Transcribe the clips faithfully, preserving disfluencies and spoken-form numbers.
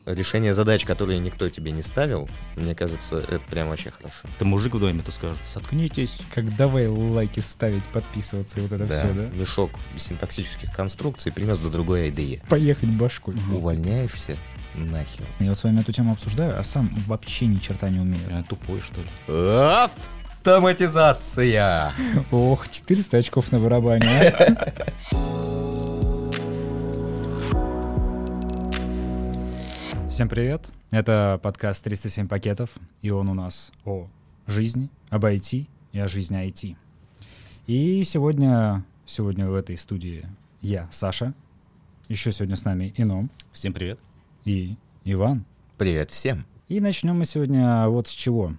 Решение задач, которые никто тебе не ставил, мне кажется, это прям вообще хорошо. Ты мужик в доме, ты скажешь, соткнитесь. Как давай лайки ставить, подписываться и вот это Да, все, да? мешок синтаксических конструкций принес до другой ай ди и. Поехать башкой. Увольняешься нахер. Я вот с вами эту тему обсуждаю, а сам вообще ни черта не умею. Я тупой, что ли? Автоматизация! Ох, четыреста очков на барабане, а? Всем привет, это подкаст триста семь пакетов, и он у нас о жизни, об ай ти и о жизни ай ти. И сегодня, сегодня в этой студии я, Саша, еще сегодня с нами Ином. Всем привет. И Иван. Привет всем. И начнем мы сегодня вот с чего.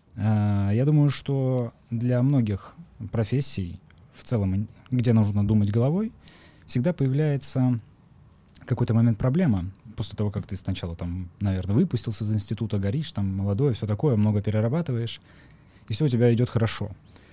Я думаю, что для многих профессий, в целом, где нужно думать головой, всегда появляется какой-то момент проблема. После того, как ты сначала, там, наверное, выпустился из института, горишь, там, молодой, все такое, много перерабатываешь, и все у тебя идет хорошо.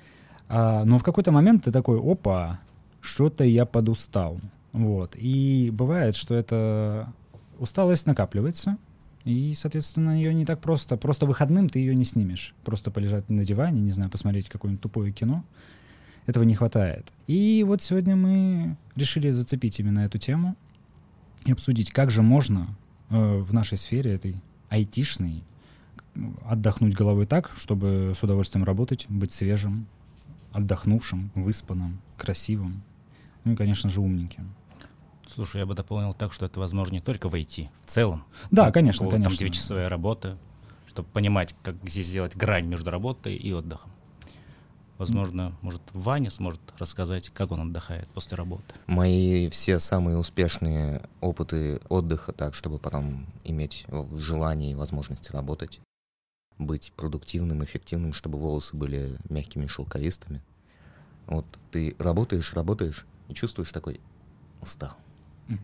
А, но в какой-то момент ты такой, опа, что-то я подустал. Вот. И бывает, что эта усталость накапливается, и, соответственно, ее не так просто. Просто выходным ты ее не снимешь. Просто полежать на диване, не знаю, посмотреть какое-нибудь тупое кино. Этого не хватает. И вот сегодня мы решили зацепить именно эту тему и обсудить, как же можно э, в нашей сфере, этой айтишной, отдохнуть головой так, чтобы с удовольствием работать, быть свежим, отдохнувшим, выспанным, красивым, ну и, конечно же, умненьким. Слушай, я бы дополнил так, что это возможно не только в ай ти, в целом. Да, там, конечно, там конечно. девятичасовая работа, чтобы понимать, как здесь сделать грань между работой и отдыхом. Возможно, может, Ваня сможет рассказать, как он отдыхает после работы. Мои все самые успешные опыты отдыха, так, чтобы потом иметь желание и возможность работать, быть продуктивным, эффективным, чтобы волосы были мягкими, шелковистыми. Вот ты работаешь, работаешь и чувствуешь такой устал. Mm.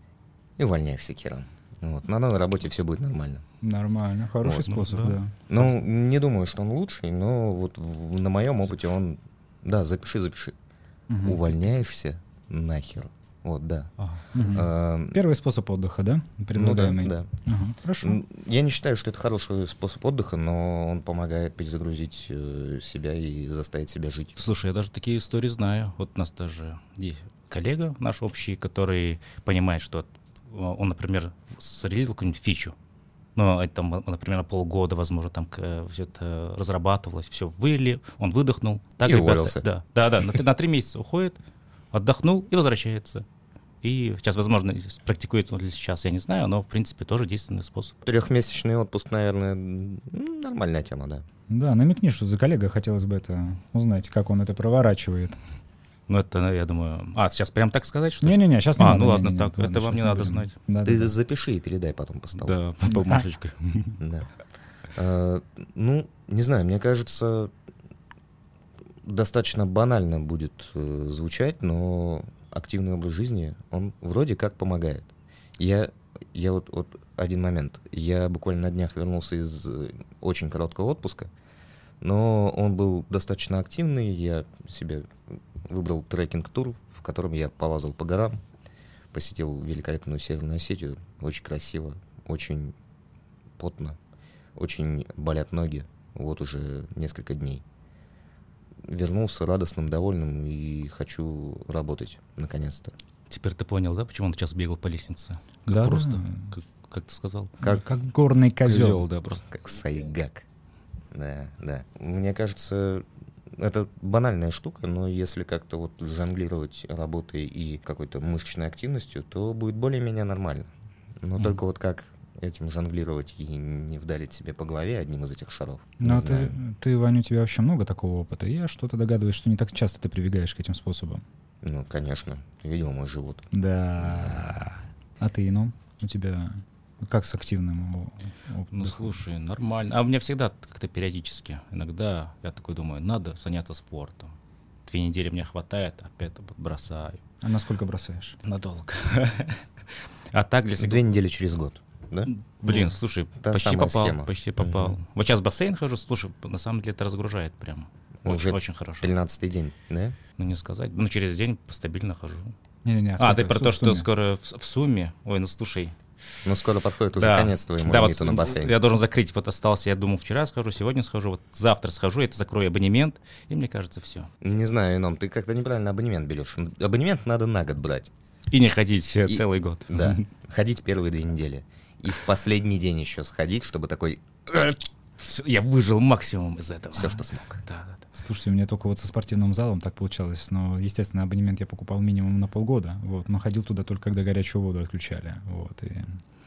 И увольняешься, Киран. Вот. На новой работе все будет нормально. Нормально, хороший вот, способ, ну, да. да. Ну, не думаю, что он лучший, но вот в, на моем опыте он... Да, запиши, запиши. Угу. Увольняешься нахер. Вот, да. Ага. Угу. А, Первый способ отдыха, да? Предлагаемый. Ну, да, да. Ага, хорошо. Я не считаю, что это хороший способ отдыха, но он помогает перезагрузить себя и заставить себя жить. Слушай, я даже такие истории знаю. Вот у нас даже есть коллега наш общий, который понимает, что он, например, срелизил какую-нибудь фичу. Ну, это там, например, полгода, возможно, там все это разрабатывалось, все вылили, он выдохнул. Так, и ребята, уволился. Да, да, да, на, на три месяца уходит, отдохнул и возвращается. И сейчас, возможно, практикуется он ли сейчас, я не знаю, но, в принципе, тоже действенный способ. Трехмесячный отпуск, наверное, нормальная тема, да. Да, намекни, что за коллега, хотелось бы это узнать, как он это проворачивает. Ну, это, я думаю... А, сейчас прям так сказать, что... Не-не-не, сейчас не а, надо. ну ладно, не, не, так, не, это вам не надо будем. знать. Да, Ты да, запиши и передай потом по столу. Да, по бумажечкой. Да. А, ну, не знаю, мне кажется, достаточно банально будет э, звучать, но активный образ жизни, он вроде как помогает. Я, я вот, вот один момент. Я буквально на днях вернулся из очень короткого отпуска, но он был достаточно активный. Я себе выбрал трекинг-тур, в котором я полазал по горам, посетил великолепную Северную Осетию. Очень красиво, очень потно, очень болят ноги. Вот уже несколько дней. Вернулся радостным, довольным и хочу работать, наконец-то. Теперь ты понял, да, почему он сейчас бегал по лестнице? Как да, просто, да. как, как ты сказал? Как, как горный козел. Козел, да, просто. Как сайгак. Да, да. Мне кажется, это банальная штука, но если как-то вот жонглировать работой и какой-то мышечной активностью, то будет более-менее нормально. Но mm. только вот как этим жонглировать и не вдарить себе по голове одним из этих шаров. Ну, а ты, ты, Ваня, у тебя вообще много такого опыта. Я что-то догадываюсь, что не так часто ты прибегаешь к этим способам. Ну, конечно. Ты видел мой живот. Да. А ты, Ином? У тебя как с активным опытом? Ну, слушай, нормально. А у меня всегда как-то периодически. Иногда я такой думаю, надо заняться спортом. Две недели мне хватает, опять бросаю. А насколько бросаешь? Надолго. А так для себя... Две недели через год. Да? Блин, ну, слушай, почти попал, схема. почти попал. Угу. Вот сейчас в бассейн хожу, слушай, на самом деле это разгружает прям. Очень, очень хорошо. тринадцатый день, да? Ну, не сказать. Ну, через день стабильно хожу. Не-не-не, а, ты про то, что скоро в, в сумме. Ой, ну слушай, Ну, скоро подходит уже Да. конец твоему Да, лимиту вот на бассейн. я должен закрыть, вот остался, я думал, вчера схожу, сегодня схожу, вот завтра схожу, это закрою абонемент, и мне кажется, все. Не знаю, Ином, ты как-то неправильно абонемент берешь. Абонемент надо на год брать. И не ходить э, И- целый год. Да, ходить первые две недели. И в последний день еще сходить, чтобы такой Всё, я выжил максимум из этого. все, что смог. Да, да, да. Слушайте, у меня только вот со спортивным залом так получалось, но, естественно, абонемент я покупал минимум на полгода, вот, но ходил туда только когда горячую воду отключали, вот, и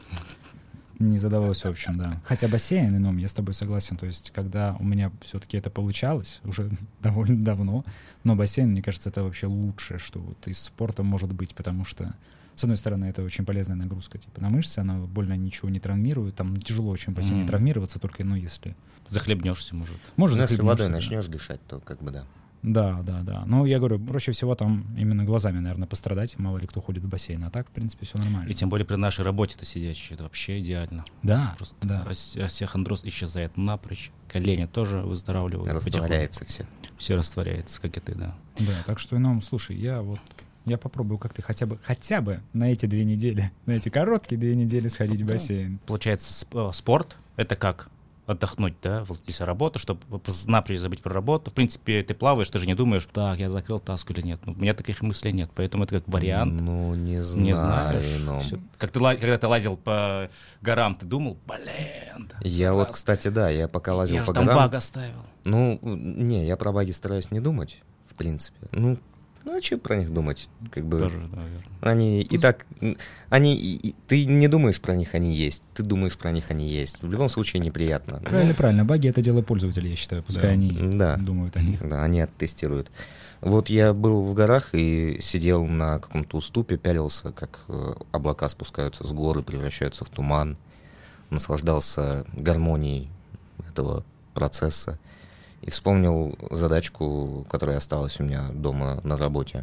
не задалось, в общем, да. Хотя бассейн, ином, я с тобой согласен, то есть, когда у меня все-таки это получалось, уже довольно давно, но бассейн, мне кажется, это вообще лучшее, что вот из спорта может быть, потому что, с одной стороны, это очень полезная нагрузка, типа, на мышцы, она больно ничего не травмирует, там тяжело очень в бассейне Мгм. травмироваться, только, ну, если... Захлебнешься, может. Может, Ну, если водой захлебнешься, да. начнешь дышать, то как бы да. Да, да, да. Ну, я говорю, проще всего там именно глазами, наверное, пострадать. Мало ли кто ходит в бассейн. А так, в принципе, все нормально. И тем более при нашей работе-то сидячие, это вообще идеально. Да, Просто да. ос- остеохондроз исчезает напрочь, колени тоже выздоравливают. Растворяется все. потихоньку. Все растворяется, как и ты, да. Да, так что, ну, слушай, я вот, я попробую как-то хотя бы, хотя бы на эти две недели, на эти короткие две недели сходить в Да. бассейн. Получается, сп- э, спорт — это как отдохнуть, да, вот если работа, чтобы напрочь забыть про работу. В принципе, ты плаваешь, ты же не думаешь, так, я закрыл таску или нет. Ну, у меня таких мыслей нет, поэтому это как вариант. Ну, не знаю. Не знаешь. Ином. Всё. Как ты, ла- когда ты лазил по горам, ты думал, блин. да, Я вот, зараза. кстати, да, я пока лазил я по же там горам. баг оставил. Ну, не, я про баги стараюсь не думать, в принципе. Ну, ну а что про них думать? Как бы Тоже, наверное. они и так, м, они, и- и- ты не думаешь про них, они есть. Ты думаешь про них, они есть. В любом случае неприятно. Ну, Правильно, правильно. Баги — это дело пользователя, я считаю. Пускай Да. они Да. думают о них. Да, они оттестируют. Вот я был в горах и сидел на каком-то уступе, пялился, как э, облака спускаются с горы, превращаются в туман, наслаждался гармонией этого процесса и вспомнил задачку, которая осталась у меня дома на работе.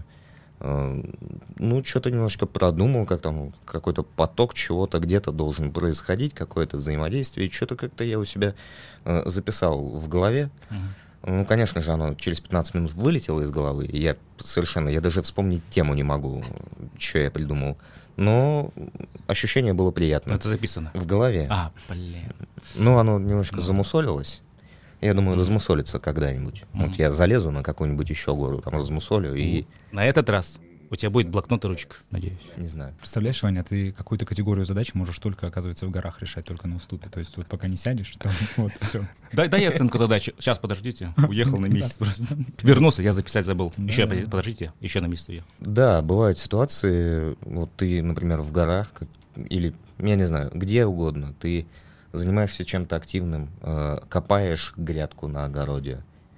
Э, Ну, что-то немножко продумал, как там какой-то поток чего-то где-то должен происходить, какое-то взаимодействие, и что-то как-то я у себя э, записал в голове. Мгм. Ну, конечно же, оно через пятнадцать минут вылетело из головы. и Я совершенно, я даже вспомнить тему не могу, что я придумал. Но ощущение было приятное. Это записано. В голове. А, блин. Ну, оно немножко Ну. замусолилось. Я думаю, размусолится когда-нибудь. Мгм. Вот я залезу на какую-нибудь еще гору, там размусолю и... На этот раз у тебя будет блокнот и ручка, надеюсь. Не знаю. Представляешь, Ваня, ты какую-то категорию задач можешь только, оказывается, в горах решать, только на уступе. То есть вот пока не сядешь, то вот все. Дай, дай оценку задачи. Сейчас, подождите. Уехал на месяц просто. Вернулся, я записать забыл. Да, Еще, да. подождите, еще на месяц уехал. Да, бывают ситуации, вот ты, например, в горах, как- или, я не знаю, где угодно, ты занимаешься чем-то активным, э, копаешь грядку на огороде,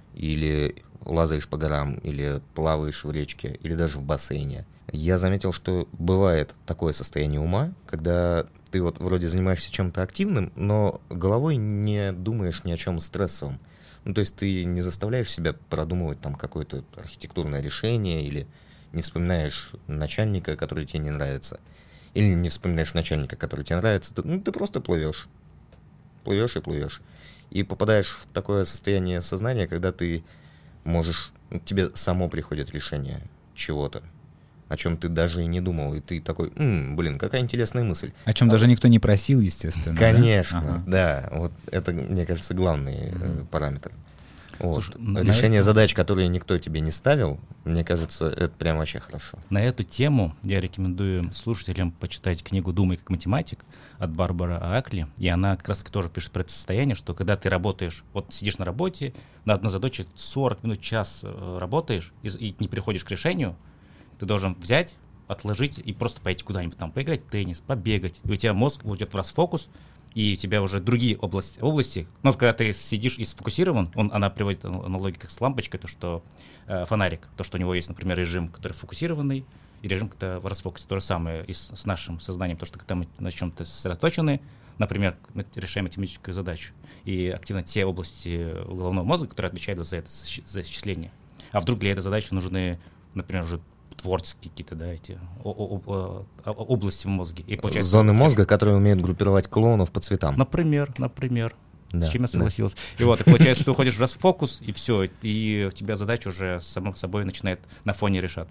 или лазаешь по горам, или плаваешь в речке, или даже в бассейне. Я заметил, что бывает такое состояние ума, когда ты вот вроде занимаешься чем-то активным, но головой не думаешь ни о чем стрессовом. Ну, то есть ты не заставляешь себя продумывать там какое-то архитектурное решение, или не вспоминаешь начальника, который тебе не нравится, или не вспоминаешь начальника, который тебе нравится, ты, ну, ты просто плывешь. Плывешь и плывешь. И попадаешь в такое состояние сознания, когда ты можешь, тебе само приходит решение чего-то, о чем ты даже и не думал, и ты такой, «М, блин, какая интересная мысль». О чем даже никто не просил, естественно. да? Конечно, Ага. да, вот это, мне кажется, главный э, параметр. Вот. Слушай, на- Решение на- задач, которые никто тебе не ставил, мне кажется, это прям вообще хорошо. На эту тему я рекомендую слушателям почитать книгу «Думай как математик» от Барбары Акли. И она как раз таки тоже пишет про это состояние, что когда ты работаешь, вот сидишь на работе, на одной задаче сорок минут, час э, работаешь и, и не приходишь к решению, ты должен взять, отложить и просто пойти куда-нибудь там, поиграть в теннис, побегать. И у тебя мозг уйдет в расфокус, и у тебя уже другие области, области. Ну, вот когда ты сидишь и сфокусирован, он, она приводит аналогию как с лампочкой, то, что э, фонарик, то, что у него есть, например, режим, который фокусированный, и режим, когда в расфокусе. То же самое и с, с нашим сознанием, то, что когда мы на чем-то сосредоточены, например, мы решаем математическую задачу, и активно те области головного мозга, которые отвечают за это, за исчисление. А вдруг для этой задачи нужны, например, уже творческие какие-то, да, эти о- о- о- о- области в мозге. И получается, Зоны мозга, которые умеют группировать клоунов по цветам. Например, например. Да, с чем я да. согласился. И вот, и получается, ты уходишь в расфокус, и все, и у тебя задача уже само собой начинает на фоне решаться.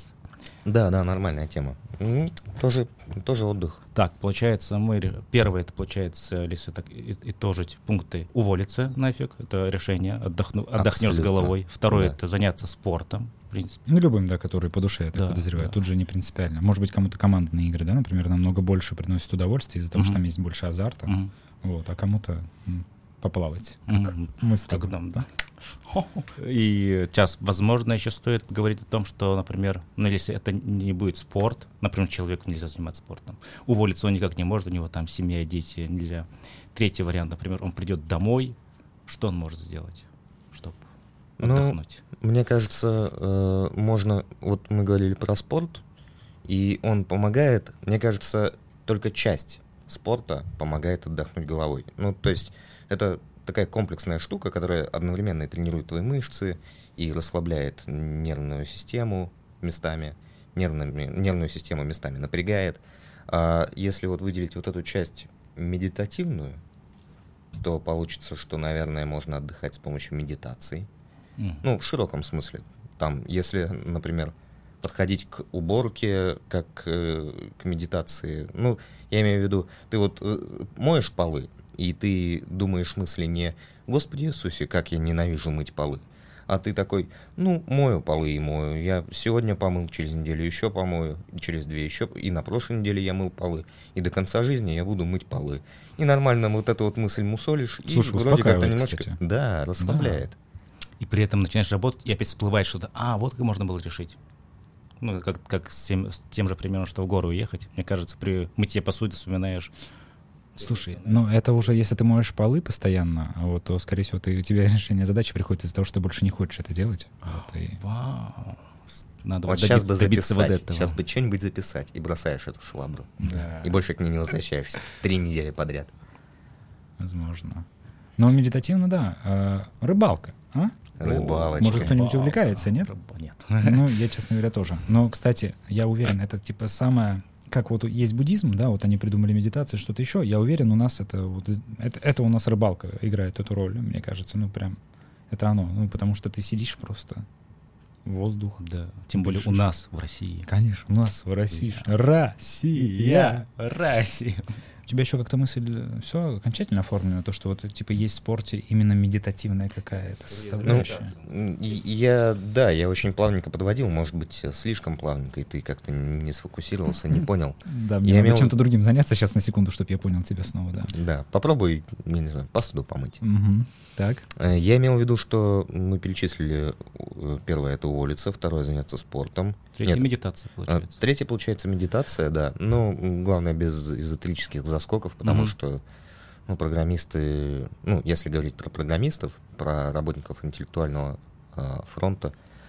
Да, да, нормальная тема. М, Тоже, тоже отдых. Так, получается, мы... ре- Первое, это получается, если так и- итожить пункты, уволиться нафиг, это решение, отдохну, отдохнешь с Абсолютно. головой. Второе, Да. это заняться спортом, в принципе. Ну, любым, да, который по душе, я так Да, подозреваю. да. Тут же не принципиально. Может быть, кому-то командные игры, да, например, намного больше приносят удовольствие из-за того, Мгм. что там есть больше азарта. Мгм. Вот, а кому-то м, поплавать. Мгм. Мы с Так, тобой. да, да. И сейчас, возможно, еще стоит поговорить о том, что, например, ну, если это не будет спорт, например, человеку нельзя заниматься спортом, уволиться он никак не может, у него там семья, дети, нельзя. Третий вариант, например, он придет домой, что он может сделать, чтобы Ну, отдохнуть? Мне кажется, э, можно... Вот мы говорили про спорт, и он помогает, мне кажется, только часть спорта помогает отдохнуть головой. Ну, то есть это такая комплексная штука, которая одновременно и тренирует твои мышцы, и расслабляет нервную систему местами, нервными, нервную систему местами напрягает. А если вот выделить вот эту часть медитативную, то получится, что, наверное, можно отдыхать с помощью медитации. М. Ну, в широком смысле. Там, если, например, подходить к уборке, как э, к медитации. Ну, я имею в виду, ты вот э, моешь полы, и ты думаешь мысли не «Господи Иисусе, как я ненавижу мыть полы», а ты такой «Ну, мою полы и мою. Я сегодня помыл, через неделю еще помою, через две еще, и на прошлой неделе я мыл полы, и до конца жизни я буду мыть полы». И нормально вот эту вот мысль мусолишь, Слушай, и вроде как-то успокаивает, немножко... кстати. Да, расслабляет. И при этом начинаешь работать, и опять всплывает что-то, а, вот как можно было решить. Ну, как, как с, тем, с тем же примером, что в гору уехать. Мне кажется, при мытье посуды вспоминаешь. Слушай, ну это уже, если ты моешь полы постоянно, а вот, то, скорее всего, ты, у тебя решение задачи приходит из-за того, что ты больше не хочешь это делать. Вот, и... Вау. Надо Вот вот сейчас добиться, бы добиться вот записать, этого. сейчас бы что-нибудь записать, и бросаешь эту швабру. Да, И больше к ней не возвращаешься. Три недели подряд. возможно. Но медитативно, да. А, рыбалка, а? Рыбалочка. Может, кто-нибудь Рыбалка. увлекается, нет? Рыба- Нет. Ну, я, честно говоря, тоже. Но, кстати, я уверен, это типа самое... Как вот есть буддизм, да, вот они придумали медитацию, что-то еще. Я уверен, у нас это вот... Это, это у нас рыбалка играет эту роль, мне кажется. Ну, прям... Это оно. Ну, потому что ты сидишь просто... Воздух. Да. Тем более у Дышишь. нас в России. Конечно, у нас в России. Я. Россия! Россия. У тебя еще как-то мысль все окончательно оформлена, то, что вот типа есть в спорте именно медитативная какая-то Ну, составляющая? м, и- я, да, я очень плавненько подводил, может быть, слишком плавненько, и ты как-то не сфокусировался, не понял. Да, мне Я надо имел- чем-то другим заняться сейчас на секунду, чтобы я понял тебя снова, да. Да, попробуй, я не знаю, посуду помыть. Мгм. Так. Э, Я имел в виду, что мы перечислили, э, первое — это уволиться, второе — заняться спортом. Третья Нет, медитация, а, получается. Третье, получается, медитация, да. Но м, главное, без эзотерических заскоков, потому Мгм. что ну, программисты, ну, если говорить про программистов, про работников интеллектуального а, фронта,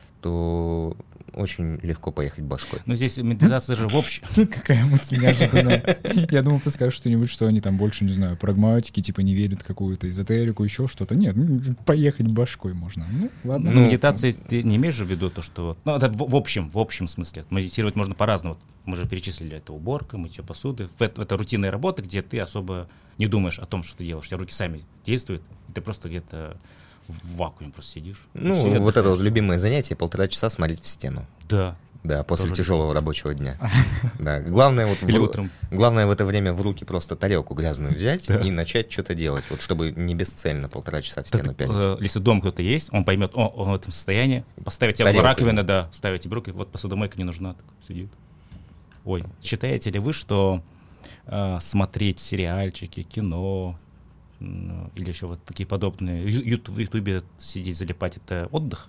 то очень легко поехать башкой. Но здесь медитация же в общем. Какая мысль неожиданная. Я думал, ты скажешь что-нибудь, что они там больше, не знаю, прагматики, типа не верят в какую-то эзотерику, еще что-то. Нет, ну, поехать башкой можно. Ну, ладно. Ну, медитация, ты не имеешь в виду то, что... вот- Ну, это в, в общем, в общем смысле. Медитировать можно по-разному. Вот мы же перечислили, это уборка, мытье посуды. Это, это рутинная работа, где ты особо не думаешь о том, что ты делаешь. У тебя руки сами действуют, и ты просто где-то в вакууме просто сидишь. Ну, И вот это вот отдыхаешь. любимое занятие — полтора часа смотреть в стену. Да. Да, после Тоже тяжелого рабочего дня. Да, главное вот в, Или ру- утром. главное в это время в руки просто тарелку грязную взять Да. и начать что-то делать, вот чтобы не бесцельно полтора часа в стену Так, пялить. э, если дома кто-то есть, он поймет, о, он в этом состоянии, поставить тебя в Тарелкой. раковину, да, ставить тебе руки, вот посудомойка не нужна, так сидит. Ой, считаете ли вы, что э, смотреть сериальчики, кино м, или еще вот такие подобные, ю- ютуб- в ютубе сидеть, залипать, это отдых?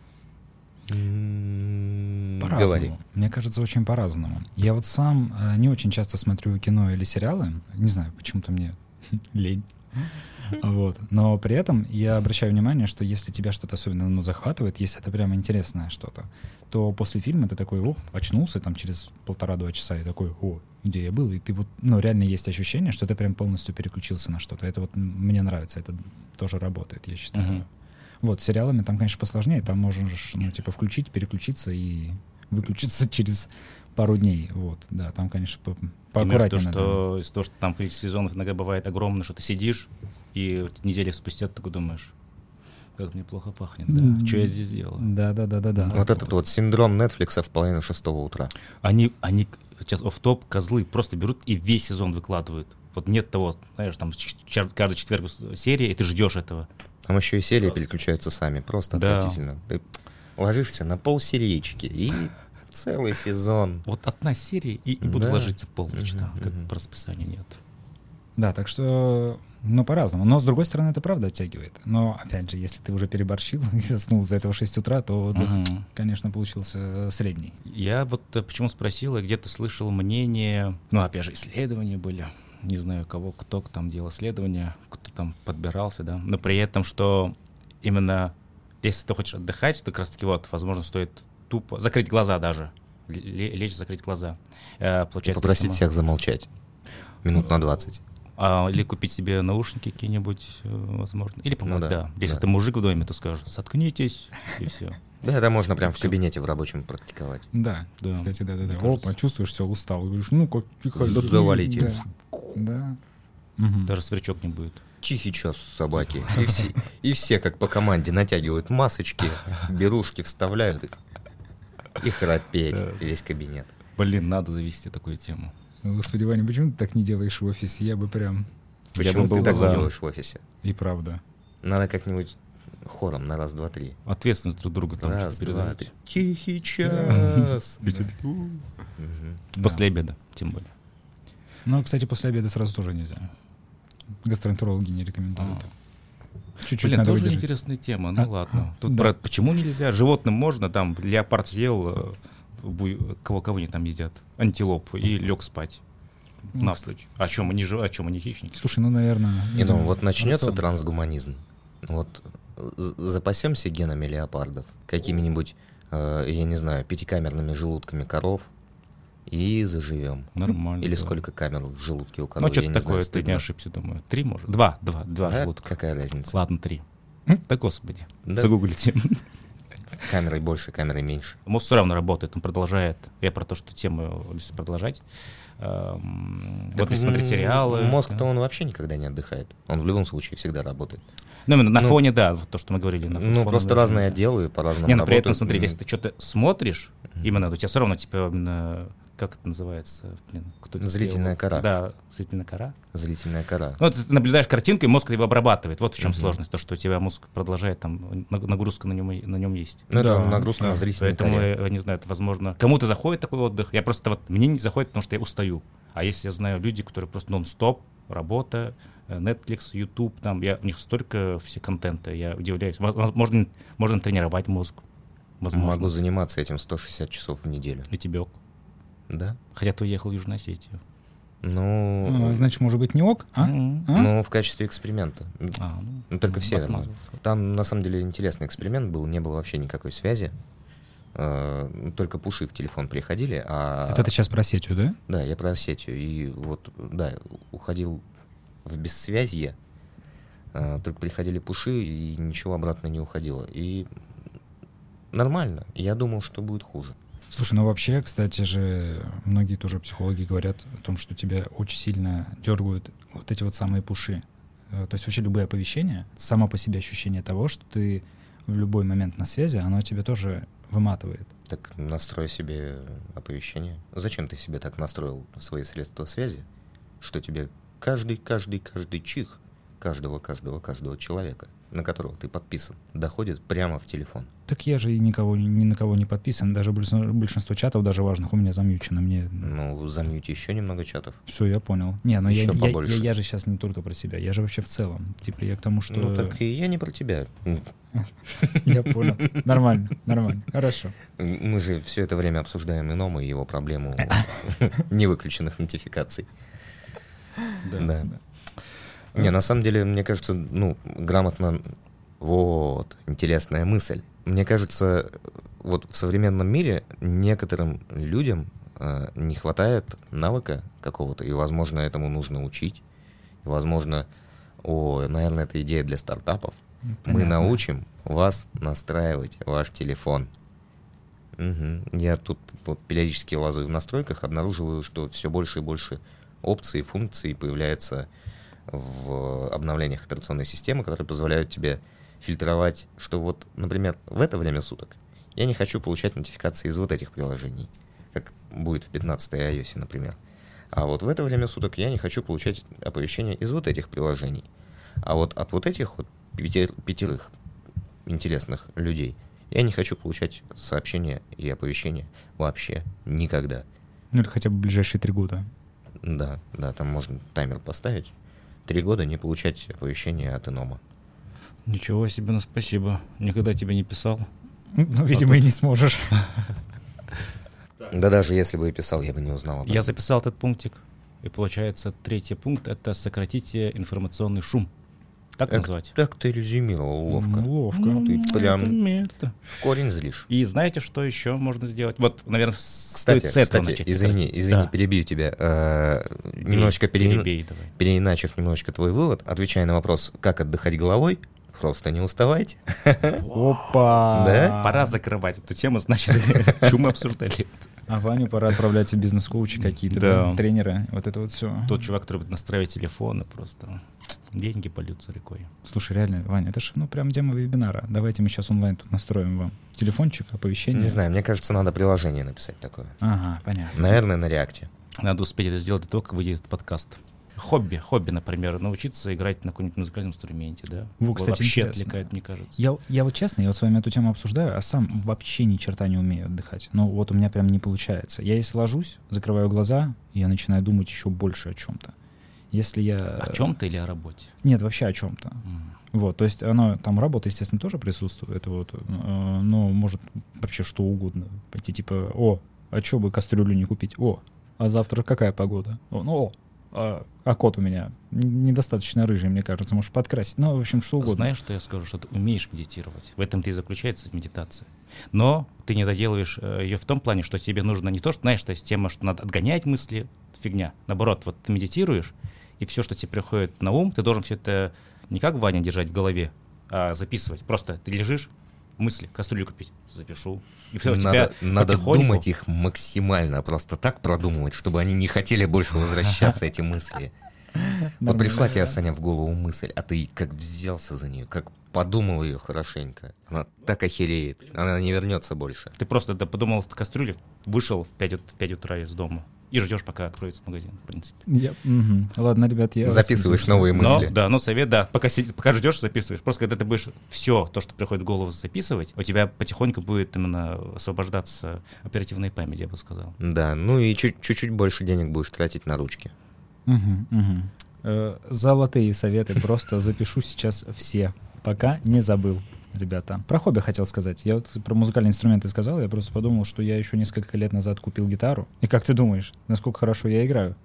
М, По-разному. Говори. Мне кажется, очень по-разному. Я вот сам э, не очень часто смотрю кино или сериалы. Не знаю, почему-то мне лень. Вот. Но при этом я обращаю внимание, что если тебя что-то особенно ну, захватывает, если это прямо интересное что-то, то после фильма ты такой, о, очнулся там через полтора-два часа и такой, о, где я был? И ты вот, ну, реально есть ощущение, что ты прям полностью переключился на что-то. Это вот м, мне нравится, это тоже работает, я считаю. Мгм. Вот, с сериалами там, конечно, посложнее. Там можешь, ну, типа, включить, переключиться и выключиться через пару дней. Вот, да, там, конечно, по- Ты имеешь в поаккуратнее виду, надо. что из-за того, что там количество сезонов иногда бывает огромное, что ты сидишь, и вот недели спустя ты такой думаешь, Как мне плохо пахнет, да. Что я здесь делал? Да, да, да, да, да. Вот этот вот синдром Netflix в половине шестого утра. Они, они сейчас офф-топ козлы просто берут и весь сезон выкладывают. Вот нет того, знаешь, там чер- каждый четверг серия, и ты ждешь этого. Там еще и серии переключаются сами, просто Да. отвратительно. Ты ложишься на полсериечки и целый сезон. Вот одна серия, и, и буду Да. ложиться в полночь, Мгм, там, как мгм. по расписанию нет. Да, так что, ну, по-разному. Но, с другой стороны, это правда оттягивает. Но, опять же, если ты уже переборщил и заснул за этого в шесть утра, то, да, Мгм. конечно, получился средний. Я вот э, почему спросил, я где-то слышал мнение, ну, опять же, исследования были, не знаю, кого, кто там делал исследования, кто там подбирался, да, но при этом, что именно если ты хочешь отдыхать, то как раз-таки вот, возможно, стоит тупо закрыть глаза даже, л- лечь, закрыть глаза. Э, И Получается, попросить сама- всех замолчать. Минут на двадцать. А, или купить себе наушники какие-нибудь, э, возможно. Или помочь, Ну да. да, Если да. ты мужик в доме, то скажешь, соткнитесь, и все. Да, это можно прям в кабинете в рабочем практиковать. Да, Да, кстати, да-да-да. мне кажется. Опа, чувствуешь себя устал. И говоришь, ну-ка, тихо. Да завалите. Да. Да. Мгм. Даже сверчок не будет. Тихий час собаки. И все, и все как по команде натягивают масочки, берушки вставляют их и храпеть Да. весь кабинет. Блин, надо завести такую тему. Господи, Ваня, почему ты так не делаешь в офисе? Я бы прям... Я Почему бы был ты так за. не делаешь в офисе? И правда. Надо как-нибудь хором на раз, два, три. Ответственность друг друга там Раз, что-то два, передать. три. Тихий час. И все такие, «У». Мгм. После обеда, тем более. Ну, кстати, после обеда сразу тоже нельзя. Гастроэнтерологи не рекомендуют. Чуть-чуть Блин, надо тоже выдержать. интересная тема, ну А, ладно. Тут да. про почему нельзя? Животным можно, там леопард съел, э, буй- кого кого они там едят, антилопу и лег спать. Ну, Навзничь. А чем они жив- о чем они хищники? Слушай, ну, наверное... И ну, вот начнется рацион. трансгуманизм. Вот з- запасемся генами леопардов, какими-нибудь, э, я не знаю, пятикамерными желудками коров и заживем. Нормально. Или да. сколько камер в желудке у Ну, коровы, я что-то не такое, знаю, ты не стыдно. ошибся, думаю. Три, может? Два, два, два Да, желудка. какая разница? Ладно, три. Да господи, Да. загуглите. Камерой больше, камерой меньше. Мозг все равно работает, он продолжает. Я про то, что тему, если продолжать. эм, Вот Так, если смотреть м, сериалы. Мозг-то да. он вообще никогда не отдыхает. Он в любом случае всегда работает. Ну, именно на ну, фоне, да, вот то, что мы говорили. На Ну, фоне просто даже, разные да. отделы по-разному Не, но при этом, работают. смотри, М, если ты что-то смотришь, именно, у тебя все равно, типа, именно, как это называется? Блин, кто это Зрительная сделал? кора. Да, зрительная кора. Зрительная кора. Ну, вот ты наблюдаешь картинку, и мозг его обрабатывает. Вот в чем Мгм. сложность, то, что у тебя мозг продолжает, там, наг- нагрузка на нем, на нем есть. Ну, это Да, нагрузка да. на зрительную Поэтому, коре. я не знаю, это возможно. Кому-то заходит такой отдых. Я просто вот, мне не заходит, потому что я устаю. А если я знаю люди, которые просто нон-стоп, работа, э, Netflix, YouTube, там, я, у них столько все контента, я удивляюсь. Воз- Можно, можно тренировать мозг, возможно. Могу заниматься этим сто шестьдесят часов в неделю. И тебе. Да? Хотя ты уехал в Южную Осетию. Ну, А, значит, может быть, не ок? А? М. А? ну, в качестве эксперимента. А, ну, Ну, только в Северном. отмазался. Там, на самом деле, интересный эксперимент был, не было вообще никакой связи. Э, Только пуши в телефон приходили, а... Это ты сейчас про Осетию, да? Да, я про Осетию. И вот, да, уходил в бессвязье, э, только приходили пуши, и ничего обратно не уходило. И нормально. Я думал, что будет хуже. Слушай, ну вообще, кстати же, многие тоже психологи говорят о том, что тебя очень сильно дергают вот эти вот самые пуши. Э, То есть вообще любые оповещения, само по себе ощущение того, что ты в любой момент на связи, оно тебя тоже выматывает. Так настрой себе оповещение. Зачем ты себе так настроил свои средства связи, что тебе каждый, каждый, каждый чих каждого, каждого, каждого человека, на которого ты подписан, доходит прямо в телефон? Так я же и никого, ни на кого не подписан, даже большинство, большинство чатов, даже важных, у меня замьючено, мне... Ну, замьюти еще немного чатов. Все, я понял. Не, ну я, Еще я, побольше. я, я же сейчас не только про себя, я же вообще в целом. Типа я к тому, что... Ну, так и я не про тебя. Я понял. Нормально, нормально, хорошо. Мы же все это время обсуждаем Инома и его проблему невыключенных нотификаций. Да. Не, на самом деле, мне кажется, ну, грамотно... Вот, интересная мысль. Мне кажется, вот в современном мире некоторым людям э, не хватает навыка какого-то, и, возможно, этому нужно учить. И, возможно, о, наверное, это идея для стартапов. Мы Понятно. научим вас настраивать ваш телефон. Мгм. Я тут вот периодически лазаю в настройках, обнаруживаю, что все больше и больше опций и функций появляется в обновлениях операционной системы, которые позволяют тебе фильтровать, что вот, например, в это время суток я не хочу получать нотификации из вот этих приложений, как будет в пятнадцатой iOS, например. А вот в это время суток я не хочу получать оповещения из вот этих приложений. А вот от вот этих вот пяти, пятерых интересных людей я не хочу получать сообщения и оповещения вообще никогда. Ну или хотя бы в ближайшие три года. Да, да, там можно таймер поставить. Три года не получать оповещения от Инома. Ничего себе, ну спасибо. Никогда тебе не писал. Ну, видимо, и не сможешь. Да даже если бы и писал, я бы не узнал об этом. Я записал этот пунктик. И получается, третий пункт — это сократите информационный шум. Так Так, назвать? так ты резюмировал ловко. Ну, ловко. Ну, Ты прям это, это. в корень злишь. И знаете, что еще можно сделать? Вот, наверное, Кстати, стоит с этого кстати начать. извини, сократить. извини, Да. перебью тебя. Э, немножечко переин- Перебей давай. переиначив немножечко твой вывод, отвечая на вопрос, как отдыхать головой, просто не уставайте. Опа! Да? Пора закрывать эту тему, значит, что мы обсуждали. А Ваню пора отправлять в бизнес-коучи какие-то, Да. да, тренеры, вот это вот все. Тот чувак, который будет настраивать телефоны, просто деньги польются рекой. Слушай, реально, Ваня, это же, ну, прям тема вебинара. Давайте мы сейчас онлайн тут настроим вам телефончик, оповещение. Не знаю, мне кажется, надо приложение написать такое. Ага, понятно. Наверное, на реакте. Надо успеть это сделать до того, как выйдет этот подкаст. Хобби, хобби, например, научиться играть на каком-нибудь музыкальном инструменте, да? Во, кстати, вообще интересно. отвлекает, мне кажется. Я, я вот честно, я вот с вами эту тему обсуждаю, а сам вообще ни черта не умею отдыхать. Ну, вот у меня прям не получается. Я если ложусь, закрываю глаза, я начинаю думать еще больше о чем-то. Если я... О чем-то или о работе? Нет, вообще о чем-то. М. Вот, то есть оно, там работа, естественно, тоже присутствует, это вот, э, но может вообще что угодно пойти, типа, о, а что бы кастрюлю не купить? О, а завтра какая погода? О, ну, о, а, а кот у меня недостаточно рыжий, мне кажется, может подкрасить. Ну, в общем, что угодно. Знаешь, что я скажу? Что ты умеешь медитировать. В этом-то и заключается медитация. Но ты не доделываешь э, ее в том плане, что тебе нужно не то, что, знаешь, то есть тема, что надо отгонять мысли, фигня. Наоборот, вот ты медитируешь, и все, что тебе приходит на ум, ты должен все это не как Ваня держать в голове, а записывать. Просто ты лежишь, мысли, кастрюлю купить, запишу. И все, у тебя Надо, надо потихоньку- думать их максимально, просто так продумывать, чтобы они не хотели больше возвращаться, эти мысли. Вот пришла тебе, Саня, в голову мысль, а ты как взялся за нее, как подумал ее хорошенько. Она так охереет, она не вернется больше. Ты просто да, подумал в кастрюле, вышел в пять, ут- в пять утра из дома и ждешь, пока откроется магазин, в принципе. Я- мгм. Ладно, ребят, я... Записываешь воспользуюсь. новые Но, мысли. да, но совет, да, пока, сидишь, пока ждешь, записываешь. Просто когда ты будешь все то, что приходит в голову, записывать, у тебя потихоньку будет именно освобождаться оперативная память, я бы сказал. Да, ну и чуть- чуть-чуть больше денег будешь тратить на ручки. Мгм, мгм. Э, Золотые советы, просто запишу сейчас все, пока не забыл, ребята. Про хобби хотел сказать. Я вот про музыкальные инструменты сказал, я просто подумал, что я еще несколько лет назад купил гитару. И как ты думаешь, насколько хорошо я играю?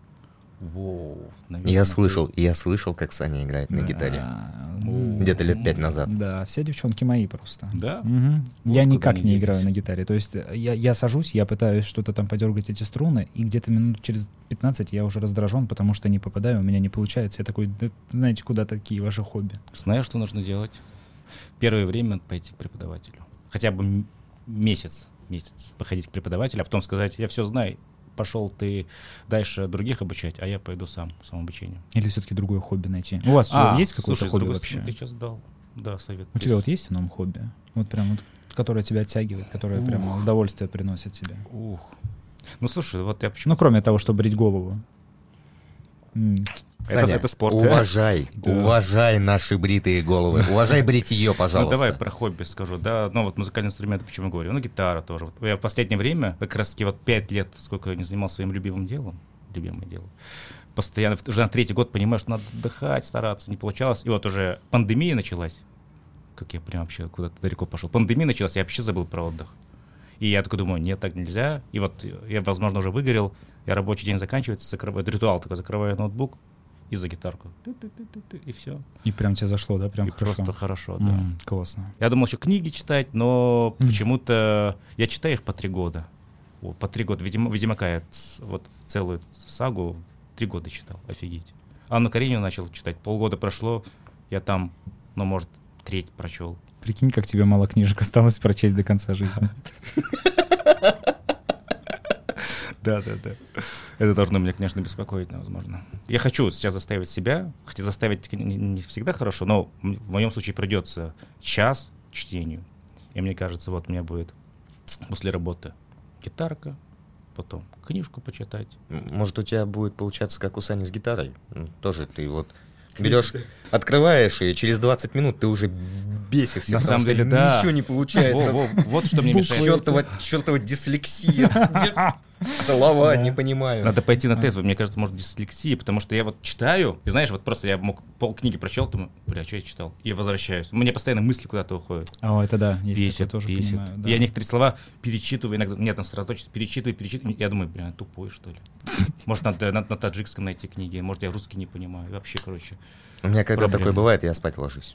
Воу, наверное, Я ты- слышал, я слышал, как Саня играет на гитаре. А, Где-то лет пять назад. Да, все девчонки мои просто. Да? Мгм. Вот Я куда никак они не делись. играю на гитаре. То есть э, я, я сажусь, я пытаюсь что-то там подергать эти струны, и где-то минут через пятнадцать я уже раздражен, потому что не попадаю, у меня не получается. Я такой, да, знаете, куда такие ваши хобби? Знаешь, что нужно делать? Первое время пойти к преподавателю. Хотя бы м- месяц, месяц походить к преподавателю, а потом сказать, я все знаю, пошел ты дальше других обучать, а я пойду сам, самообучению. Или все-таки другое хобби найти? У вас А, есть какое-то слушай, с хобби другой вообще? стороны, ты сейчас дал, да, совет. У тебя вот есть ином хобби? Вот прям вот, которое тебя оттягивает, которое прям Ух. удовольствие приносит тебе? Ух. Ну, слушай, вот я почему... Ну, кроме того, чтобы брить голову. М. Саня, это спорт. уважай, Да. уважай наши бритые головы. Уважай бритье, Ну, пожалуйста. давай про хобби скажу, да, ну, вот музыкальные инструменты, почему говорю, ну, гитара тоже. Вот я в последнее время, как раз-таки вот пять лет, сколько я не занимался своим любимым делом, любимое дело, постоянно, уже на третий год понимаю, что надо отдыхать, стараться, не получалось. И вот уже пандемия началась, как я прям вообще куда-то далеко пошел. Пандемия началась, я вообще забыл про отдых. И я такой думаю, нет, так нельзя. И вот я, возможно, уже выгорел, я рабочий день заканчивается, закрываю, это ритуал такой, закрываю ноутбук и за гитарку. Ты-ты-ты-ты-ты, И все. И прям тебе зашло, да? Прям И хорошо. просто хорошо, да. М, классно. Я думал еще книги читать, но Мгм. почему-то я читаю их по три года. Вот, по три года. Ведьма, Ведьмака я ц- вот в целую сагу три года читал. Офигеть. Анну Каренину начал читать. Полгода прошло, я там, ну, может, треть прочел. Прикинь, как тебе мало книжек осталось прочесть до конца жизни. Да, да, да. Это должно меня, конечно, беспокоить, возможно. Я хочу сейчас заставить себя, хотя заставить не, не всегда хорошо, но в моем случае придется час чтению. И мне кажется, вот у меня будет после работы гитарка, потом книжку почитать. Может, у тебя будет получаться, как у Сани с гитарой? Ну, тоже ты вот берешь, открываешь, и через двадцать минут ты уже бесишься. На самом деле, да. Ничего не получается. Во, во, вот что мне мешает. Чертова, чертова дислексия. Слова не понимаю. Надо пойти на тест, мне кажется, может, дислексия, потому что я вот читаю, и знаешь, вот просто я мог полкниги прочел, думаю, бля, что я читал? И я возвращаюсь. Мне постоянно мысли куда-то уходят. О, это да, есть бесит, такое, тоже бесит. понимаю. Да. Я некоторые слова перечитываю, иногда, нет, там сосредоточиться, перечитываю, перечитываю. Я думаю, бля, тупой, что ли? Может, надо на, на таджикском найти книги, может, я русский не понимаю. Вообще, короче. У меня когда проблема. такое бывает, я спать ложусь.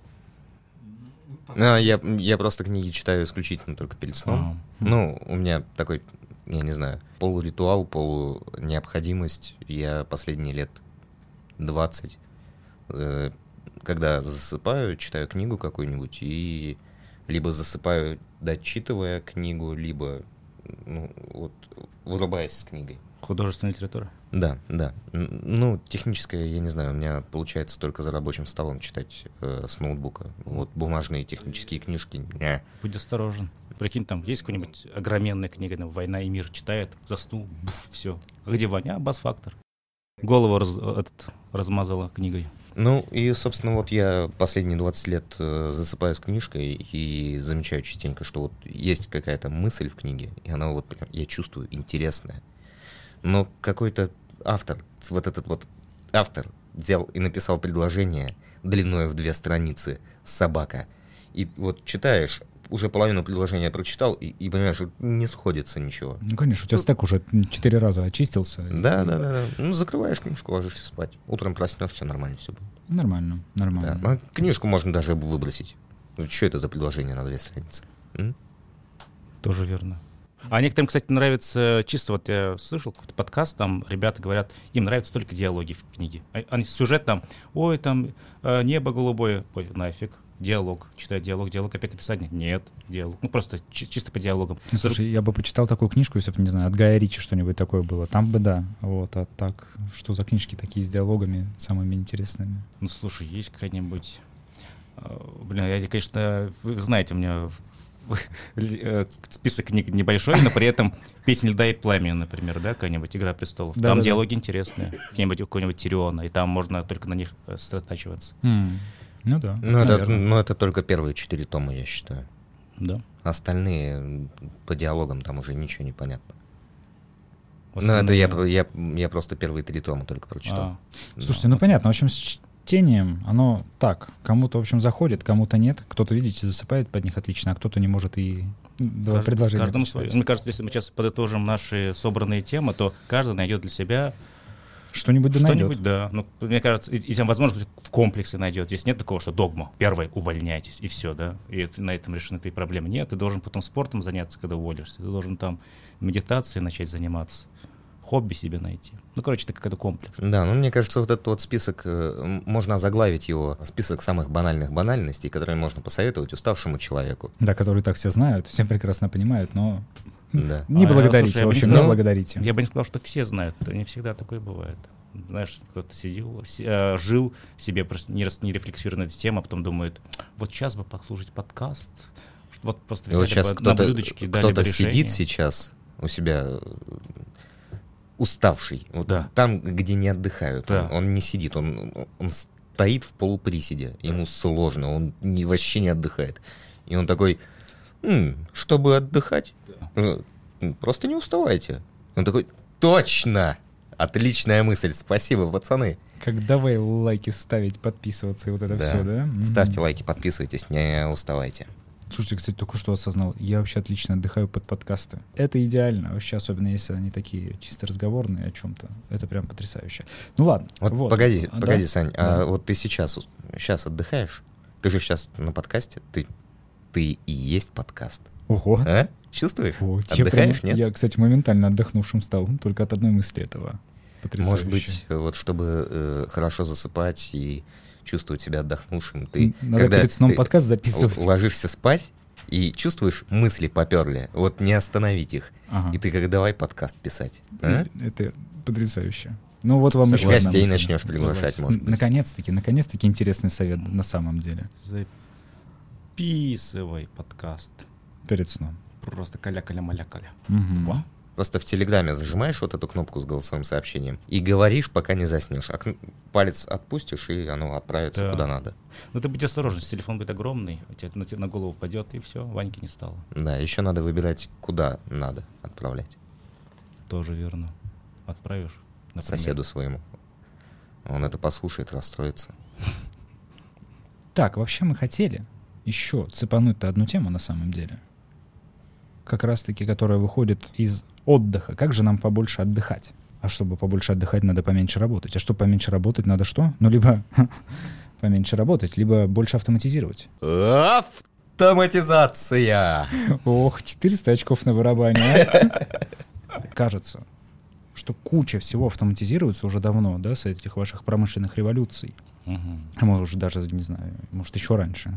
Ну, я, я просто книги читаю исключительно только перед сном. А. Ну, у меня такой, я не знаю, полуритуал, полунеобходимость. Я последние лет двадцать, э, когда засыпаю, читаю книгу какую-нибудь и либо засыпаю, дочитывая книгу, либо ну, вот, вырубаясь с книгой. Художественная литература? Да, да. Н- Ну, техническая, я не знаю, у меня получается только за рабочим столом читать э, с ноутбука. Вот бумажные технические книжки. Не. Будь осторожен. Прикинь, там есть какая-нибудь огроменная книга, там, «Война и мир» читает, заснул, буф, все. А где Ваня? А, бас-фактор. Голову раз, этот, размазала книгой. Ну, и, собственно, вот я последние двадцать лет э, засыпаю с книжкой и замечаю частенько, что вот есть какая-то мысль в книге, и она вот прям, я чувствую, интересная. Но какой-то автор, вот этот вот автор взял и написал предложение длиной в две страницы «собака». И вот читаешь, уже половину предложения прочитал, и, и понимаешь, что не сходится ничего. Ну, конечно, у тебя стек уже четыре раза очистился. Да, да, да, да. Ну, закрываешь книжку, ложишься спать. Утром проснешься, нормально все будет. Нормально, нормально. Да. А книжку можно даже выбросить. Ну, что это за предложение на две страницы? М? Тоже верно. А некоторым, кстати, нравится, чисто вот я слышал какой-то подкаст, там ребята говорят, им нравятся только диалоги в книге. А- Они сюжет там, ой, там э, небо голубое, ой, нафиг, диалог, читаю диалог, диалог, опять описание, нет, диалог, ну просто чи- чисто по диалогам. Ну, слушай, я бы почитал такую книжку, если бы, не знаю, от Гая Ричи что-нибудь такое было. Там бы да. Вот, а так, что за книжки такие с диалогами самыми интересными? Ну слушай, есть какая-нибудь, э, блин, я, конечно, вы знаете, у меня э, список книг небольшой, но при этом «Песнь льда и пламени», например, да, какая-нибудь «Игра престолов». Да, Там да, диалоги интересные, какие-нибудь у какого-нибудь Тириона, и там можно только на них э, сосредотачиваться. М, Ну да. Ну, это, наверное. ну, это только первые четыре тома, я считаю. Да. Остальные м, по диалогам там уже ничего не понятно. В Ну, это я, основном- я, я просто первые три тома только прочитал. А, Слушайте, ну понятно, в общем, с чтением оно так, кому-то, в общем, заходит, кому-то нет, кто-то, видите, засыпает под них отлично, а кто-то не может и два кажд- предложения каждому прочитать. свое. Мне кажется, если мы сейчас подытожим наши собранные темы, то каждый найдет для себя Что-нибудь да что-нибудь, найдет. да. Ну, мне кажется, и, и там, возможно, в комплексе найдет. Здесь нет такого, что догма. Первое, увольняйтесь, и все, да. И это- на этом решены твои проблемы. Нет, ты должен потом спортом заняться, когда уволишься. Ты должен там медитацией начать заниматься, хобби себе найти. Ну, короче, это какой-то комплекс. Да, ну мне кажется, вот этот вот список, э, м, можно озаглавить его, список самых банальных банальностей, которые можно посоветовать уставшему человеку. Да, которые так все знают, все прекрасно понимают, но Да. не А, благодарите, слушай, я в бы не общем, не сказал- благодарите. Я бы не сказал, что все знают. Не всегда такое бывает. Знаешь, кто-то сидел, с- э, жил себе, просто не, рас- не рефлексируя на эту тему, а потом думает, вот сейчас бы послушать подкаст, вот просто И вот взяли сейчас бы на кто-то, блюдечке, дали бы кто-то решение. сидит сейчас у себя э, уставший, вот Да. там, где не отдыхают. Да. Он, он не сидит, он, он стоит в полуприседе, ему сложно, он не, вообще не отдыхает. И он такой, «М, чтобы отдыхать, э, просто не уставайте. Он такой, точно! Отличная мысль, спасибо, пацаны. Как давай лайки ставить, подписываться и вот это Да. все, да? М. Ставьте лайки, подписывайтесь, не уставайте. Слушайте, кстати, только что осознал, я вообще отлично отдыхаю под подкасты. Это идеально, вообще, особенно если они такие чисто разговорные о чем-то. Это прям потрясающе. Ну ладно. Вот, вот. погоди, А, погоди, да? Сань, Да. а вот ты сейчас, сейчас отдыхаешь? Ты же сейчас на подкасте, ты, ты и есть подкаст. Ого. А? Чувствуешь? О, я Отдыхаешь, прям- нет? Я, кстати, моментально отдохнувшим стал, только от одной мысли этого. Потрясающе. Может быть, э, вот чтобы э, хорошо засыпать и чувствовать себя отдохнувшим, ты Надо когда перед сном ты подкаст записывать. л- ложишься спать, И чувствуешь, мысли поперли, вот не остановить их. Ага. И ты как давай подкаст писать. А? Это потрясающе. Ну вот вам еще Гостей одна мысль. начнешь приглашать, может быть. Наконец-таки, наконец-таки интересный совет на самом деле. Записывай подкаст. Перед сном. Просто каля-каля-маля-каля. Мгм. Во. Просто в Телеграме зажимаешь вот эту кнопку с голосовым сообщением и говоришь, пока не заснешь. А кн- палец отпустишь, и оно отправится Да. куда надо. Ну ты будь осторожен, если телефон будет огромный, у тебя на, те- на голову упадет, и все, Ваньки не стало. Да, еще надо выбирать, куда надо отправлять. Тоже верно. Отправишь, например. Соседу своему. Он это послушает, расстроится. Так, вообще мы хотели еще цепануть-то одну тему на самом деле. Как раз-таки, которая выходит из отдыха. Как же нам побольше отдыхать? А чтобы побольше отдыхать, надо поменьше работать. А чтобы поменьше работать, надо что? Ну, либо поменьше работать, либо больше автоматизировать. Автоматизация! Ох, четыреста очков на барабане. а. Кажется, что куча всего автоматизируется уже давно, да, с этих ваших промышленных революций. Мгм. А может, уже даже, не знаю, может, еще раньше.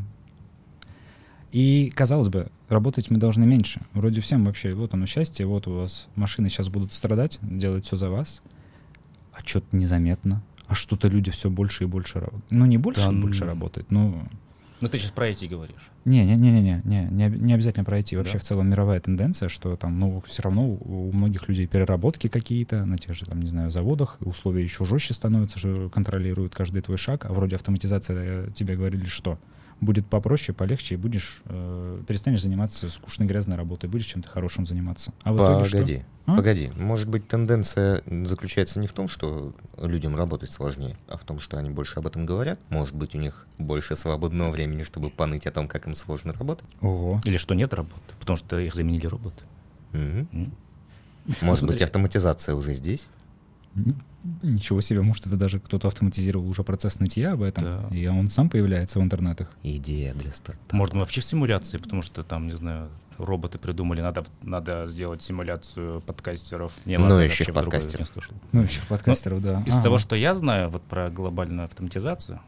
И, казалось бы, работать мы должны меньше. Вроде всем вообще, вот оно счастье, вот у вас машины сейчас будут страдать, делать все за вас. А что-то незаметно. А что-то люди все больше и больше работают. Ну, не больше Да и больше ну. работают, ну... Ну ты сейчас про эти говоришь. Не-не-не-не, не, не, об- не обязательно пройти. Вообще Да? в целом мировая тенденция, что там, ну, все равно у у многих людей переработки какие-то на тех же, там, не знаю, заводах, и условия еще жестче становятся, что контролируют каждый твой шаг, а вроде автоматизация э, тебе говорили, что будет попроще, полегче, и будешь, э, перестанешь заниматься скучной грязной работой, будешь чем-то хорошим заниматься. А в итоге что? Погоди, А? погоди. Может быть, тенденция заключается не в том, что людям работать сложнее, а в том, что они больше об этом говорят. Может быть, у них больше свободного времени, чтобы поныть о том, как им сложно работать. Ого. Или что нет работы, потому что их заменили роботы. Мгм. М? Может Смотри. быть, автоматизация уже здесь? Н- Ничего себе, может, это даже кто-то автоматизировал уже процесс нытья об этом, Да. и он сам появляется в интернетах. Идея для старта. Можно вообще в симуляции, потому что там, не знаю, роботы придумали, надо, надо сделать симуляцию подкастеров. Не, ладно, Ноющих вообще в другое подкастеров. не слушал. Ну, еще подкастеров, да. Из Ага. того, что я знаю вот про глобальную автоматизацию,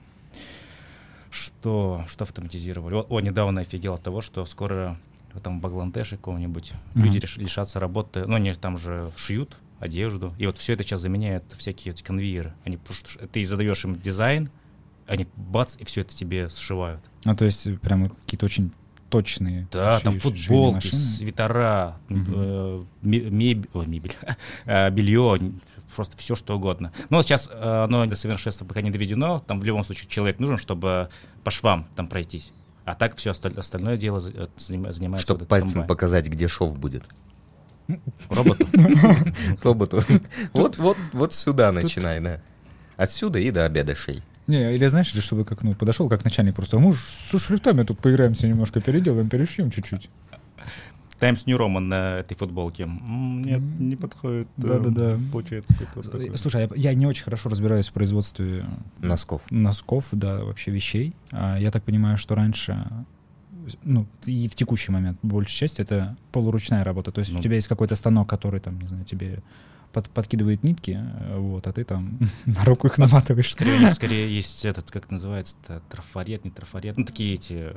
что, что автоматизировали. О, о, недавно офигел от того, что скоро там в Бангладеше какого-нибудь Мгм. люди реш- лишатся работы. Ну, они там же шьют одежду. И вот все это сейчас заменяют всякие эти конвейеры. Они просто, ш- ты задаешь им дизайн, они бац, и все это тебе сшивают. А то есть прямо какие-то очень точные Да, ши- там ши- швейные футболки, машины? свитера, Мгм. э, ме- мебель, ой, мебель, э, белье, просто все что угодно. Но сейчас э, оно до совершенства пока не доведено. Там в любом случае человек нужен, чтобы по швам там пройтись. А так все остальное дело за- э, заним- занимается Чтобы вот этот пальцем комбайн. показать, где шов будет. Роботу. Роботу. Вот, вот, вот сюда начинай, да. Отсюда и до обеда шей. Не, или знаешь, или чтобы как, ну, подошел как начальник просто, а может, со шрифтами тут поиграемся немножко, переделаем, перешьем чуть-чуть. Таймс Нью Роман на этой футболке. М, Нет, не подходит. э, Да-да-да. Получается какой-то вот такой. Слушай, а я, я не очень хорошо разбираюсь в производстве Носков. носков, да, вообще вещей. А я так понимаю, что раньше, ну, и в текущий момент, большая часть, это полуручная работа. То есть Ну. у тебя есть какой-то станок, который, там, не знаю, тебе под- подкидывает нитки, э, вот, а ты там на руку их наматываешь. Скорее, у них скорее есть этот, как называется-то, трафарет, не трафарет. Ну, такие эти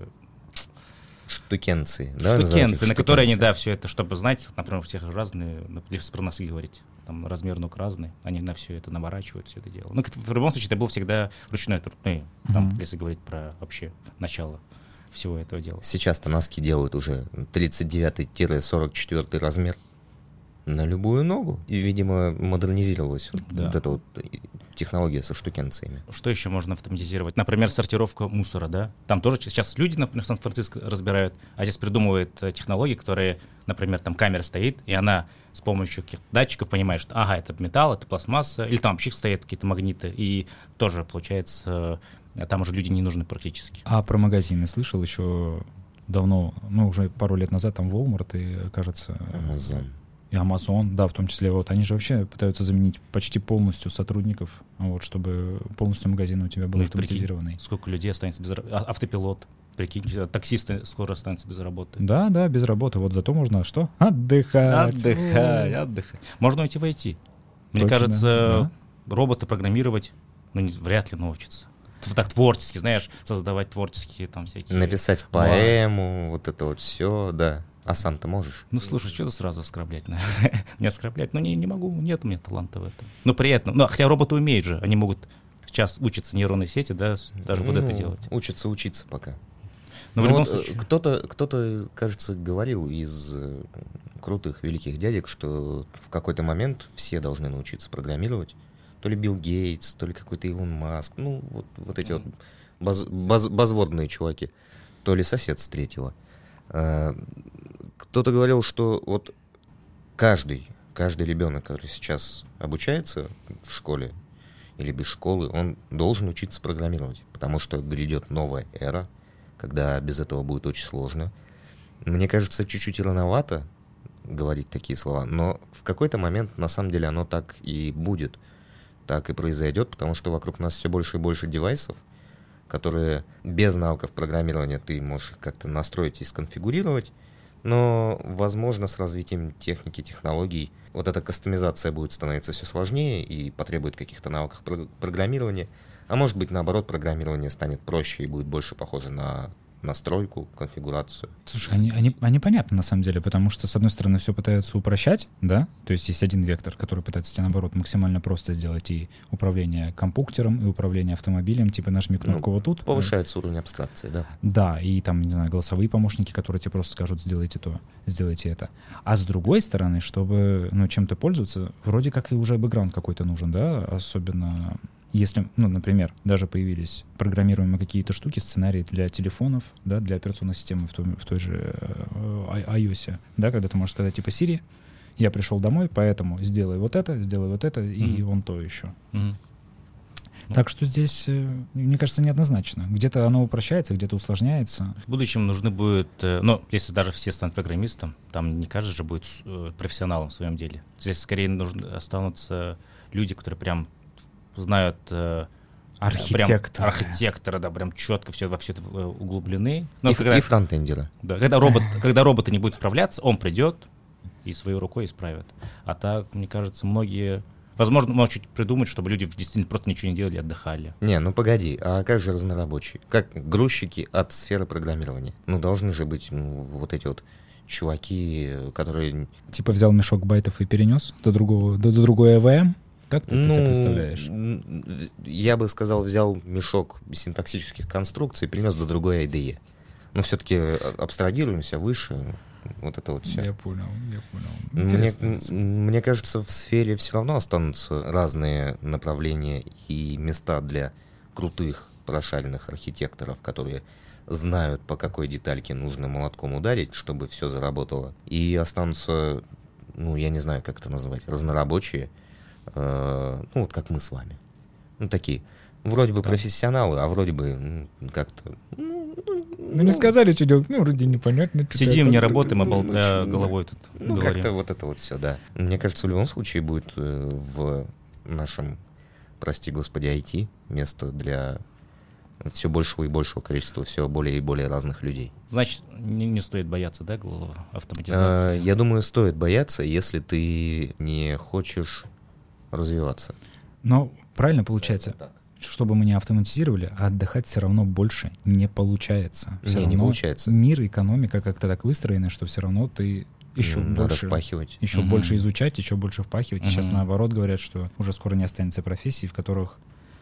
Штукенции. Да, называть их штукенцы, на которые они, штукенции. да, все это, чтобы знать, например, у всех разные, если про носы говорить, там размер ног разный, они на все это наворачивают, все это дело. Ну, как- в любом случае, это был всегда ручной труд, ну, и там, Мгм. если говорить про вообще начало всего этого дела. Сейчас-то носки делают уже тридцать девятый сорок четвёртый размер на любую ногу. И, видимо, модернизировалась вот, Да. вот эта вот технология со штукенциями. Что еще можно автоматизировать? Например, сортировка мусора, да? Там тоже сейчас люди, например, в Сан-Франциско разбирают, а здесь придумывают э, технологии, которые, например, там камера стоит, и она с помощью каких-то датчиков понимает, что, ага, это металл, это пластмасса, или там вообще стоят какие-то магниты, и тоже, получается, э, там уже люди не нужны практически. А про магазины слышал еще давно, ну, уже пару лет назад, там Walmart и, кажется... Amazon. И Amazon, да, в том числе. Вот они же вообще пытаются заменить почти полностью сотрудников, вот, чтобы полностью магазин у тебя был Ну и прикинь, автоматизированный. Сколько людей останется без работы? Автопилот, прикинь, таксисты скоро останутся без работы. Да, да, без работы. Вот зато можно что? Отдыхать. Отдыхать, отдыхать. Можно уйти в ай ти. Мне Точно, кажется, роботы программировать, ну, не- вряд ли научатся. так творчески, знаешь, создавать творческие там всякие... Написать поэму, вот это вот все, да. А сам ты можешь? Ну, слушай, что ты сразу оскорблять? Не оскорблять, ну не, не могу, нет у меня таланта в этом. Ну, приятно. Ну, хотя роботы умеют же, они могут сейчас учатся нейронной сети, да, даже ну, вот это делать. Учатся учиться пока. Но ну, в любом вот случае... Кто-то, кто-то, кажется, говорил из крутых великих дядек, что в какой-то момент все должны научиться программировать. То ли Билл Гейтс, то ли какой-то Илон Маск, ну, вот, вот эти вот баз, баз, базводные чуваки, то ли сосед с третьего. Кто-то говорил, что вот каждый, каждый ребенок, который сейчас обучается в школе или без школы, он должен учиться программировать, потому что грядет новая эра, когда без этого будет очень сложно. Мне кажется, чуть-чуть рановато говорить такие слова, но в какой-то момент на самом деле оно так и будет, так и произойдет, потому что вокруг нас все больше и больше девайсов, которые без навыков программирования ты можешь как-то настроить и сконфигурировать, но, возможно, с развитием техники, технологий вот эта кастомизация будет становиться все сложнее и потребует каких-то навыков программирования, а может быть, наоборот, программирование станет проще и будет больше похоже на настройку, конфигурацию. Слушай, они, они, они понятны на самом деле, потому что, с одной стороны, все пытаются упрощать, да, то есть есть один вектор, который пытается тебе, наоборот, максимально просто сделать и управление компьютером, и управление автомобилем, типа нажми кнопку ну, вот тут. Повышается уровень абстракции, да. Да, и там, не знаю, голосовые помощники, которые тебе просто скажут, сделайте то, сделайте это. А с другой стороны, чтобы, ну, чем-то пользоваться, вроде как и уже бэкграунд какой-то нужен, да, особенно... Если, ну, например, даже появились программируемые какие-то штуки, сценарии для телефонов, да, для операционной системы в той, в той же э, iOS, да, когда ты можешь сказать, типа, Siri, я пришел домой, поэтому сделай вот это, сделай вот это, и mm-hmm. вон то еще. Mm-hmm. Так что здесь, мне кажется, неоднозначно. Где-то оно упрощается, где-то усложняется. В будущем нужны будет, ну, если даже все станут программистом, там не каждый же будет профессионалом в своем деле. Здесь скорее нужны, останутся люди, которые прям знают э, архитектора. архитектора, да, прям четко все во все это углублены. Но и, когда, и фронтендера. Да, когда робот, когда роботы не будет справляться, он придет и своей рукой исправит. А так, мне кажется, многие, возможно, могут чуть придумать, чтобы люди действительно просто ничего не делали, отдыхали. Не, ну погоди, а как же разнорабочие? Как грузчики от сферы программирования? Ну, должны же быть ну, вот эти вот чуваки, которые... Типа взял мешок байтов и перенес до другого, до, до другой ЭВМ? Как ты ну, это себе представляешь? Я бы сказал, взял мешок синтаксических конструкций и принес до другой ай ди и. Но все-таки абстрагируемся выше, вот это вот все. Я понял, я понял. Мне, мне кажется, в сфере все равно останутся разные направления и места для крутых прошаренных архитекторов, которые знают, по какой детальке нужно молотком ударить, чтобы все заработало. И останутся, ну, я не знаю, как это назвать, разнорабочие, ну, вот как мы с вами. Ну, такие, вроде бы да. профессионалы, а вроде бы ну, как-то... Ну, ну, ну, не сказали, что делать, ну, вроде непонятно. Сидим, не работаем, а бол... ну, головой тут Ну, говорим. Как-то вот это вот все, да. Мне кажется, в любом случае будет в нашем, прости господи, ай ти место для все большего и большего количества, все более и более разных людей. Значит, не, не стоит бояться, да, автоматизации? А, я думаю, стоит бояться, если ты не хочешь... развиваться. Но правильно получается, чтобы мы не автоматизировали, а отдыхать все равно больше не получается. Все не, равно не получается. Мир, экономика как-то так выстроена, что все равно ты еще Надо больше впахивать. Еще угу. больше изучать, еще больше впахивать. Угу. И сейчас наоборот говорят, что уже скоро не останется профессий, в которых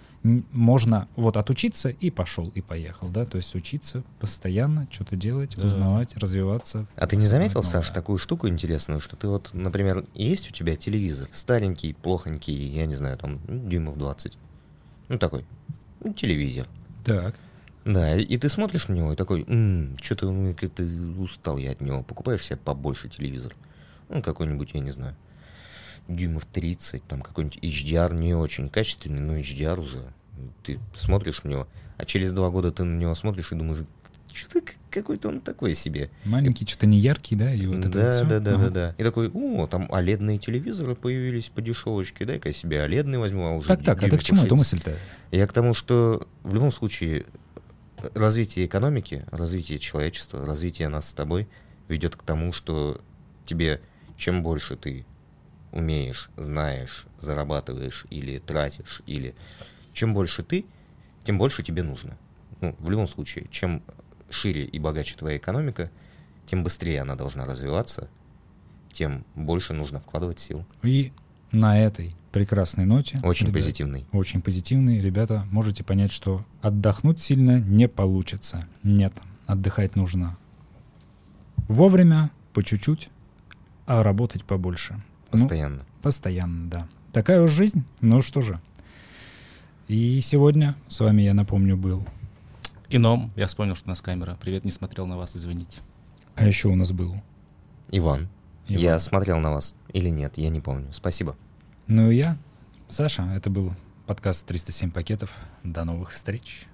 можно вот отучиться и пошел, и поехал, да, то есть учиться постоянно, что-то делать, да. узнавать, развиваться. А ты не заметил, Саш, такую штуку интересную, что ты вот, например, есть у тебя телевизор, старенький, плохонький, я не знаю, там, дюймов двадцать, ну такой, ну, телевизор. Так. Да, и ты смотришь на него и такой, м-м, что-то ну, как-то устал я от него, покупаешь себе побольше телевизор, ну какой-нибудь, я не знаю, дюймов тридцать, там какой-нибудь эйч ди ар не очень качественный, но эйч ди ар уже, ты смотришь на него, а через два года ты на него смотришь и думаешь, что-то какой-то он такой себе. Маленький, что-то не яркий, да? И вот да, это да, все? да, да, ага. да, да. И такой, о, там оледные телевизоры появились по дешевочке, дай-ка я себе оледный возьму, а уже... Так, так, а ты к чему эта мысль-то? Я к тому, что в любом случае развитие экономики, развитие человечества, развитие нас с тобой ведет к тому, что тебе чем больше ты умеешь, знаешь, зарабатываешь или тратишь, или чем больше ты, тем больше тебе нужно. Ну, в любом случае, чем шире и богаче твоя экономика, тем быстрее она должна развиваться, тем больше нужно вкладывать сил. И на этой прекрасной ноте... Очень ребят, позитивный. Очень позитивный. Ребята, можете понять, что отдохнуть сильно не получится. Нет, отдыхать нужно вовремя, по чуть-чуть, а работать побольше. Постоянно. Ну, постоянно, да. Такая уж жизнь. Ну что же. И сегодня с вами, я напомню, был... Ином, я вспомнил, что у нас камера. Привет, не смотрел на вас, извините. А еще у нас был... Иван. Иван. Я смотрел на вас или нет, я не помню. Спасибо. Ну и я, Саша. Это был подкаст триста семь пакетов. До новых встреч.